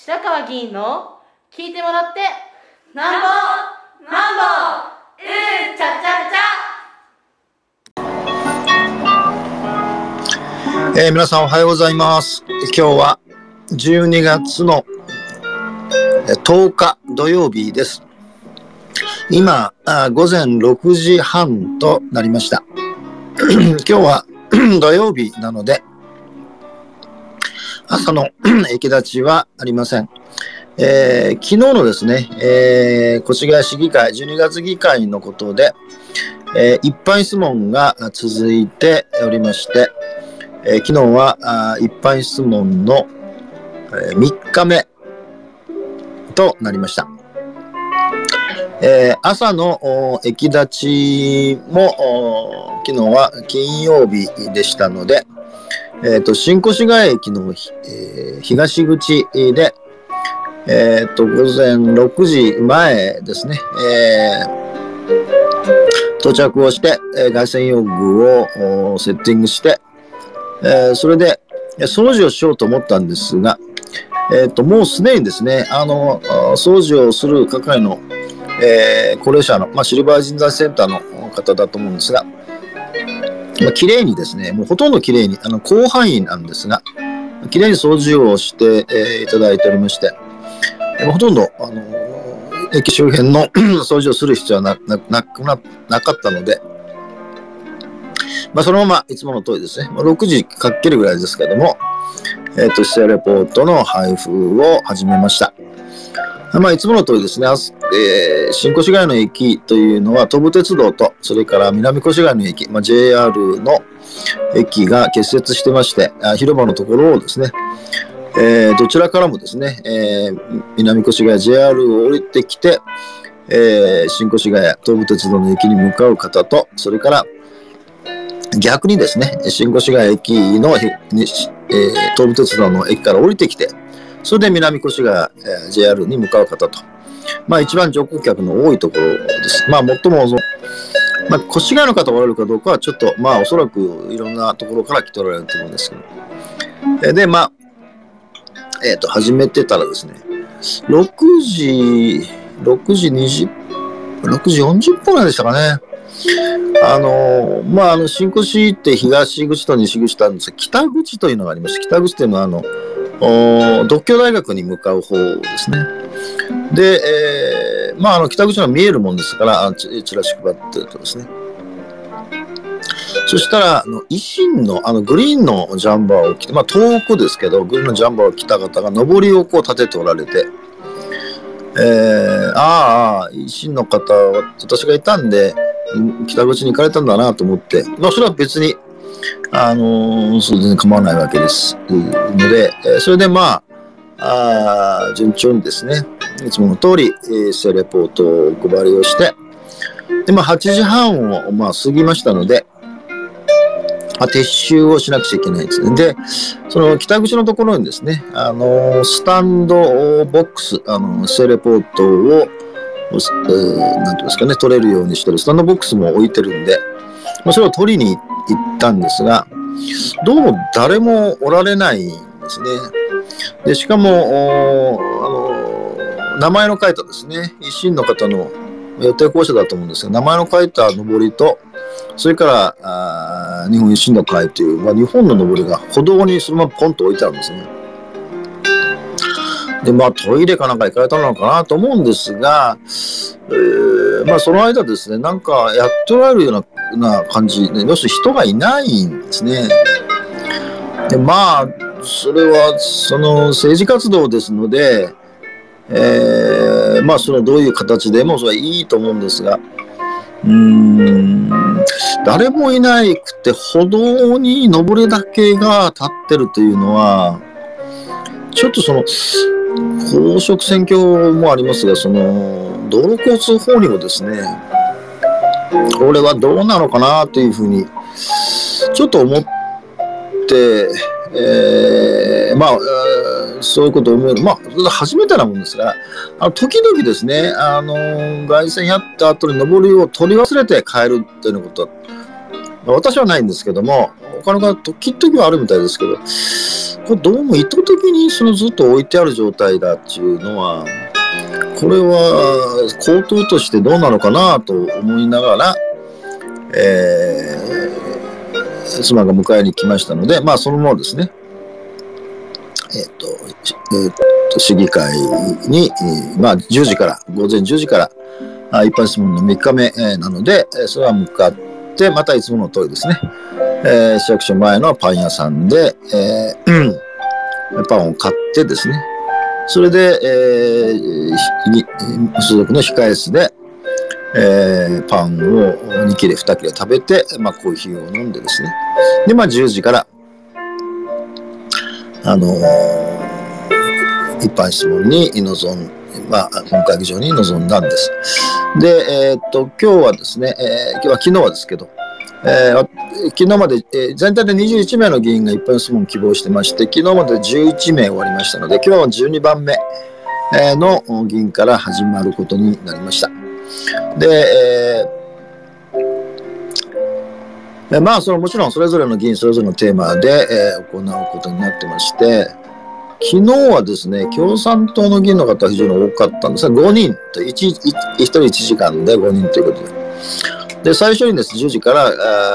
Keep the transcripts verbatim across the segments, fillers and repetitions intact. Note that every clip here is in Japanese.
白川議員の聞いてもらってなんぼなんぼうんちゃちゃちゃ。えー、皆さんおはようございます。今日はじゅうにがつのとおか土曜日です。今午前ろくじはんとなりました。今日は土曜日なので朝の駅立ちはありません。えー、昨日のですね、えー、越谷市議会じゅうにがつ議会のことで、えー、一般質問が続いておりまして、えー、昨日はあ一般質問の、えー、みっかめとなりました。えー、朝の駅立ちも昨日は金曜日でしたので、えー、と新越谷駅の、えー、東口で、えー、と午前ろくじまえですね、えー、到着をして、えー、凱旋用具をセッティングして、えー、それで掃除をしようと思ったんですが、えー、ともうすでにですね、あの掃除をする係の、えー、高齢者の、まあ、シルバー人材センターの方だと思うんですが、まあ、綺麗にですね、もうほとんど綺麗に、あの広範囲なんですが、綺麗に掃除をして、えー、いただいておりまして、ほとんど、あのー、駅周辺の掃除をする必要はな、な、なくな、なかったので、まあ、そのままいつもの通りですね、ろくじかけるぐらいですけども、えっと、姿勢レポートの配布を始めました。まあ、いつもの通りですね、えー、新越谷の駅というのは東武鉄道と、それから南越谷の駅、まあ、ジェイアール の駅が結節してまして、あ広場のところをですね、えー、どちらからもですね、えー、南越谷 ジェイアール を降りてきて、えー、新越谷東武鉄道の駅に向かう方と、それから逆にですね、新越谷駅の、えー、東武鉄道の駅から降りてきて、それで南越谷、えー、ジェイアール に向かう方と、まあ一番乗降客の多いところです。まあ最もその、まあ、越谷の方がおられるかどうかはちょっと、まあおそらくいろんなところから来ておられると思うんですけど、えー、で、まあ、えっと、始めてたらですね、ろくじ、ろくじにじゅう、ろくじよんじゅっぷんぐらいでしたかね。あの、まあ、あの、新越って東口と西口とあるんですが、北口というのがあります。北口というのは、あの、獨協大学に向かう方ですね。で、えー、まあ、あの、北口が見えるもんですから、チラシ配ってるとですね。そしたら、あの維新の、あの、グリーンのジャンバーを着て、まあ、遠くですけど、グリーンのジャンバーを着た方が、上りをこう立てておられて、えー、ああ、維新の方、私がいたんで、北口に行かれたんだなと思って、まあ、それは別に、あのー、全然構わないわけです。ので、それでまあ、あ順調にですね、いつもの通り、姿勢レポートをお配りをして、で、まあ、はちじはんを、まあ、過ぎましたので、まあ、撤収をしなくちゃいけないんですね。で、その北口のところにですね、あの、スタンドボックス、あの、姿勢レポートを、えー、なんていうんですかね、取れるようにしてるスタンドボックスも置いてるんで、まあ、それを取りに行ったんですが、どうも誰もおられないんですね。で、しかも、あの、名前の書いたですね、維新の方の予定校舎だと思うんですが、名前の書いた上りと、それから、あ日本維新の会という、まあ、日本の上りが歩道にそのままポンと置いてあるんですね。で、まあ、トイレかなんか行かれたのかなと思うんですが、えー、まあ、その間ですね、なんかやっておられるような、な感じで、要するに人がいないんですね。で、まあ、それは、その政治活動ですので、えー、まあ、そのどういう形でもそれはいいと思うんですが、うーん、誰もいなくて歩道に上りだけが立ってるというのは、ちょっとその、公職選挙もありますが、その、道路交通法にもですね、これはどうなのかなというふうに、ちょっと思って、えー、まあ、そういうことを思える。まあ、初めてなもんですが、あの時々ですね、あの、凱旋やった後に上りを取り忘れて帰るというようなことは、私はないんですけども、 お金が時々はあるみたいですけど、これどうも意図的にそのずっと置いてある状態だっていうのは、これは口頭としてどうなのかなと思いながら、えー、妻が迎えに来ましたので、まあそのままですね、えっと、えっと、市議会に、まあじゅうじから、午前じゅうじから、一般質問のみっかめなので、それは向かって、またいつもの通りですね、えー、市役所前のパン屋さんで、えー、パンを買ってですね、それで、えー、所属の控え室で、えー、パンをに切れに切れ食べて、まあ、コーヒーを飲んでですね。で、まあ、じゅうじから、あのー、一般質問に臨ん、まあ、本会議場に臨んだんです。で、えー、っと、今日はですね、えー、今日は昨日はですけど、えー、昨日まで、えー、全体でにじゅういちめいの議員が一般質問を希望してまして、昨日までじゅういちめい終わりましたので、今日はじゅうにばんめの議員から始まることになりました。で、えー、まあ、そのもちろんそれぞれの議員それぞれのテーマで、えー、行うことになってまして、昨日はですね、共産党の議員の方は非常に多かったんですが、ごにんと、いち、いち人いちじかんでごにんということで。で、最初にですね、じゅうじから、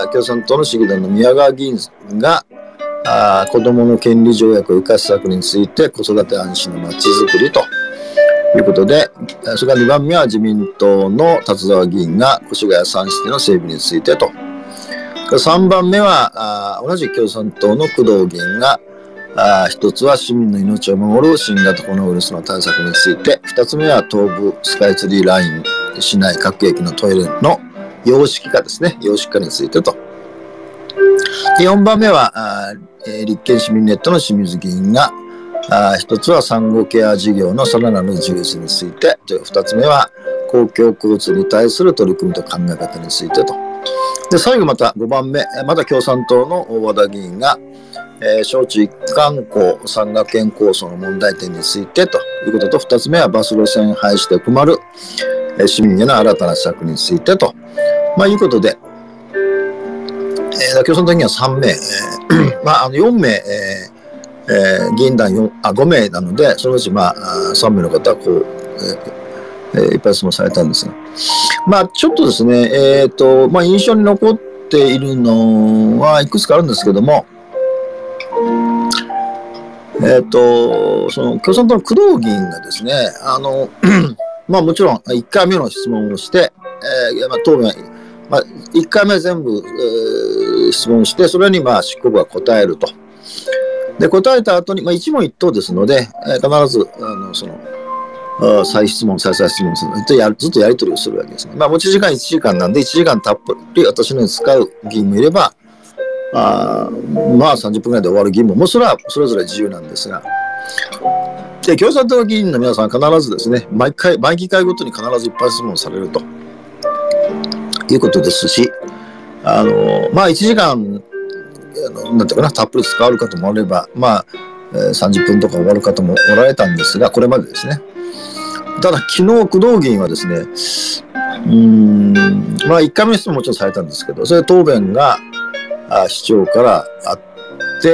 共産党の市議団の宮川議員が、あ子どもの権利条約を生かす策について、子育て安心のまちづくりということで、それからにばんめは自民党の達沢議員が、越谷産シティの整備についてと。さんばんめは、あ同じ共産党の工藤議員が、あ一つは市民の命を守る新型コロナウイルスの対策について、二つ目は東武スカイツリーライン市内各駅のトイレの洋式化ですね。洋式化についてと。で、よんばんめは、あ立憲市民ネットの清水議員が、あ一つは産後ケア事業のさらなる充実について、二つ目は公共交通に対する取り組みと考え方についてと。で、最後またごばんめ、また共産党の大和田議員が、えー、小中一貫校産学研構想の問題点についてということと、二つ目はバス路線廃止で困る、えー、市民への新たな施策についてと、まあ、いうことで、えー、共産党議員はさんめい、えーまあ、あのよんめい、えーえー、議員団よんあごめいなので、そのうち、まあ、さんめいの方はこう、えー、いっぱい質問されたんですが、まあ、ちょっとですね、えーとまあ、印象に残っているのはいくつかあるんですけども、えっと、その共産党の工藤議員がですね、あの、まあもちろんいっかいめの質問をして、えー、まあ答弁、まあいっかいめ全部、えー、質問して、それにまあ執行部が答えると。で、答えた後に、まあ一問一答ですので、えー、必ず、あの、その、再質問、再々質問するずっとや、ずっとやり取りをするわけですね。まあ持ち時間いちじかんなんで、いちじかんたっぷり私のように使う議員もいれば、あまあさんじゅっぷんぐらいで終わる議員も、もうそれはそれぞれ自由なんですが、で共産党の議員の皆さんは必ずですね、毎回、毎議会ごとに必ず一般質問されるということですし、あの、まあいちじかん、あのなんていうかな、たっぷり使われる方もあれば、まあ、えー、さんじゅっぷんとか終わる方もおられたんですが、これまでですね。ただ昨日、工藤議員はですね、うーん、まあいっかいめの質問もちろんされたんですけど、それ答弁が、市長からあって、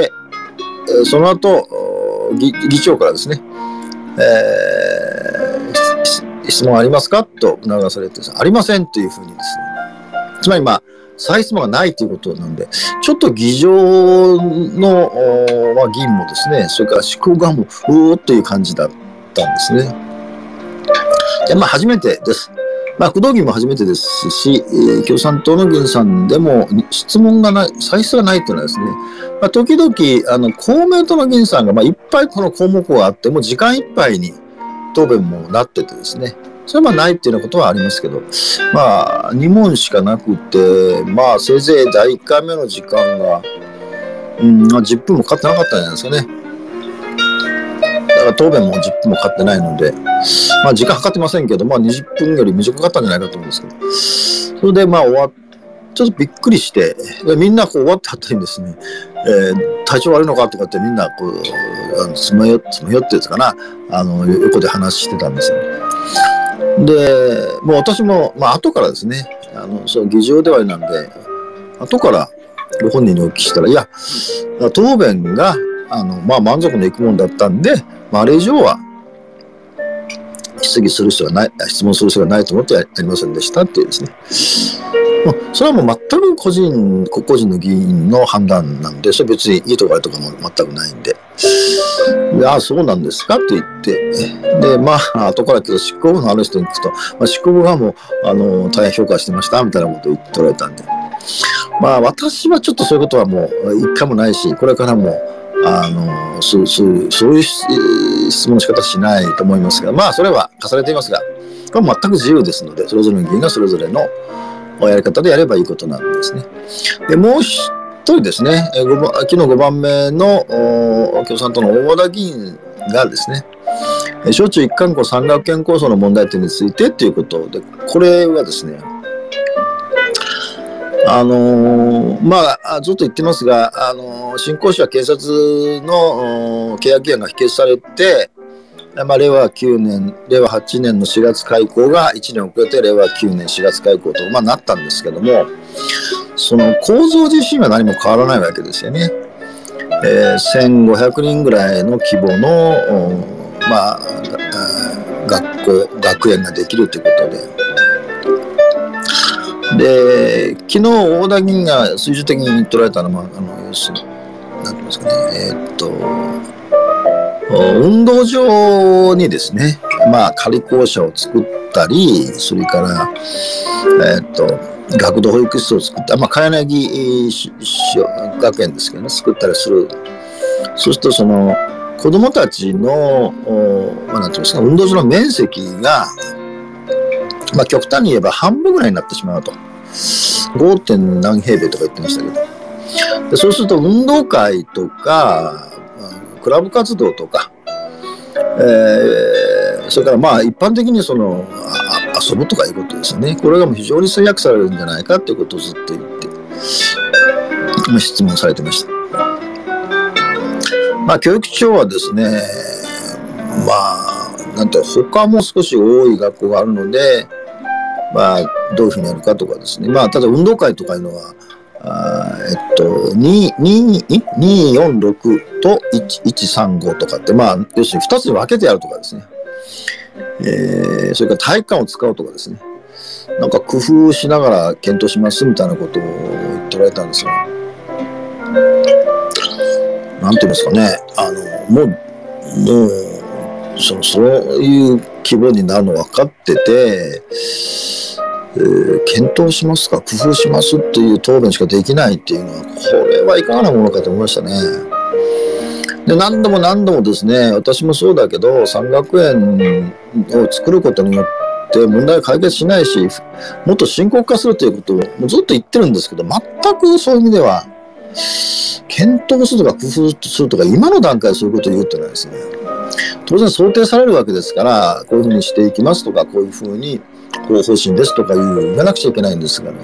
その後、議, 議長からですね、えー、質問ありますかと促されて、ありませんというふうにですね、つまりまあ、再質問がないということなんで、ちょっと議場の、まあ、議員もですね、それから執行側も、うおーという感じだったんですね。で、まあ、初めてです。まあ、工藤議員も初めてですし、えー、共産党の議員さんでも質問がない、再質がないというのはですね、まあ、時々、あの、公明党の議員さんが、まあ、いっぱいこの項目があって、もう時間いっぱいに答弁もなっててですね、それはまあないっていうようなことはありますけど、まあ、に問しかなくて、まあ、せいぜいだいいっかいめの時間が、うん、まあ、じゅっぷんもかかってなかったんじゃないですかね。だから答弁もじゅっぷんもかかってないので、まあ時間かかってませんけど、まあにじゅっぷんより短かったんじゃないかと思うんですけど、それでまあ終わっ、ちょっとびっくりして、みんなこう終わった後にですね、えー、体調悪いのかとかってみんなこう、つまよ、つまよってやつかな、あの、横で話してたんですよ。で、もう私も、まあ後からですね、あの、そう、議場ではなんで、後から、 ご本人にお聞きしたら、いや、答弁が、あの、まあ、満足のいくもんだったんで、まあ、あれ以上は、質疑する必要がない、質問する必要がないと思ってやりませんでしたっていうですね。それはもう全く個人、個々人の議員の判断なんで、それ別にいいとか悪いとかも全くないんで。で、ああ、そうなんですかって言って、で、まあ、後からけど執行部のある人に聞くと、まあ、執行部がもう、あの、大変評価してました、みたいなことを言っておられたんで。まあ、私はちょっとそういうことはもう、一回もないし、これからも、あの、そう、そういう、そういう質問の仕方しないと思いますが、まあ、それは重ねていますが、これは全く自由ですので、それぞれの議員がそれぞれのやり方でやればいいことなんですね。で、もう一人ですね、昨日ごばんめの共産党の大和田議員がですね、小中一貫校山岳圏構想の問題点についてということで、これはですね、あのー、まあ、ずっと言ってますが、あのー、新興市は警察の契約期限が否決されて、まあ、れいわきゅうねん、れいわはちねんのしがつ開校がいちねん遅れてれいわきゅうねんしがつ開校と、まあ、なったんですけども、その構造自身は何も変わらないわけですよね。えー、せんごひゃくにんぐらいの規模の、まあ、学校、学園ができるということで、で、昨日、大田議員が水準的に言っておられたのは、あの、要するに、なんて言いますかね、えー、っと、運動場にですね、まあ、仮校舎を作ったり、それから、えー、っと、学童保育室を作った、まあ、茅柳学園ですけどね、作ったりする。そうすると、その、子供たちの、まあ、なんて言いますか、運動場の面積が、まあ、極端に言えば半分ぐらいになってしまうと。ご. 点何平米とか言ってましたけど。でそうすると運動会とか、クラブ活動とか、えー、それからまあ一般的にその遊ぶとかいうことですよね。これがもう非常に制約されるんじゃないかということをずっと言って、まあ、質問されてました。まあ教育庁はですね、まあ、なんて他も少し多い学校があるので、まあ、どういうふうにやるかとかですね。まあ、ただ運動会とかいうのは、あえっと、に、に、に、よん、ろくといち、いち、さん、ごとかって、まあ、要するにふたつに分けてやるとかですね。えー、それから体育館を使うとかですね。なんか工夫しながら検討しますみたいなことを言っておられたんですが、なんて言いますかね、あの、もう、もう、その、そういう規模になるの分かってて、えー、検討しますか、工夫しますっていう答弁しかできないっていうのは、これはいかがなものかと思いましたね。で、何度も何度もですね、私もそうだけど、山学園を作ることによって問題は解決しないし、もっと深刻化するということをもうずっと言ってるんですけど、全くそういう意味では、検討するとか工夫するとか、今の段階でそういうことを言うっていうのはですね、当然想定されるわけですから、こういうふうにしていきますとか、こういうふうに、こう方針ですとか言わなくちゃいけないんですがね。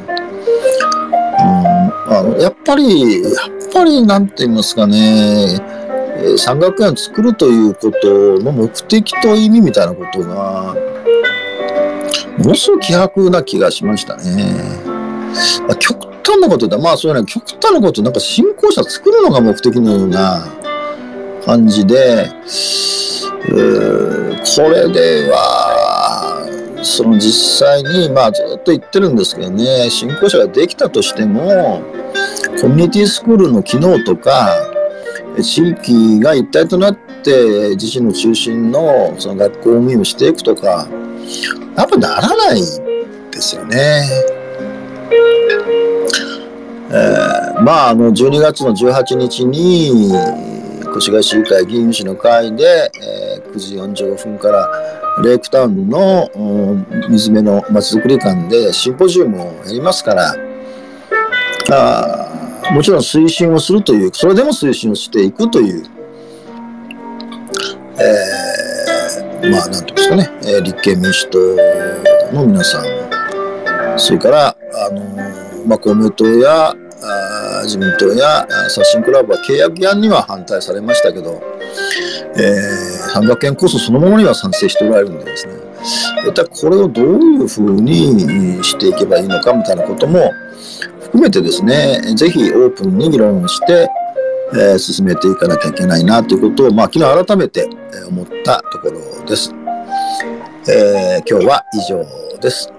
うん、あのやっぱり、やっぱりなんて言いますかね、山学園を作るということの目的と意味みたいなことが、ものすごく希薄な気がしましたね。まあ、極端なこと言ったら、まあそういうのは極端なこと、なんか新校舎作るのが目的のような感じで、えー、これでは、その実際に、まあずっと言ってるんですけどね、新校舎ができたとしても、コミュニティスクールの機能とか、地域が一体となって自身の中心のその学校運営をしていくとか、やっぱならないですよね。えー、まあ、あの、じゅうにがつのじゅうはちにちに、越谷市議会議員主の会で、えー、くじよんじゅうごふんからレイクタウンの水辺のまちづくり館でシンポジウムをやりますから、あもちろん推進をするという、それでも推進をしていくという、えー、まあ、なんていうんですかね、えー、立憲民主党の皆さん、それから、あのー、まあ、公明党や、あ自民党や刷新クラブは契約議案には反対されましたけど、えー、山学園構想そのものには賛成しておられるんでですね、一体これをどういうふうにしていけばいいのかみたいなことも含めてですね、ぜひオープンに議論をして、えー、進めていかなきゃいけないなということを、まあ、昨日改めて思ったところです。えー、今日は以上です。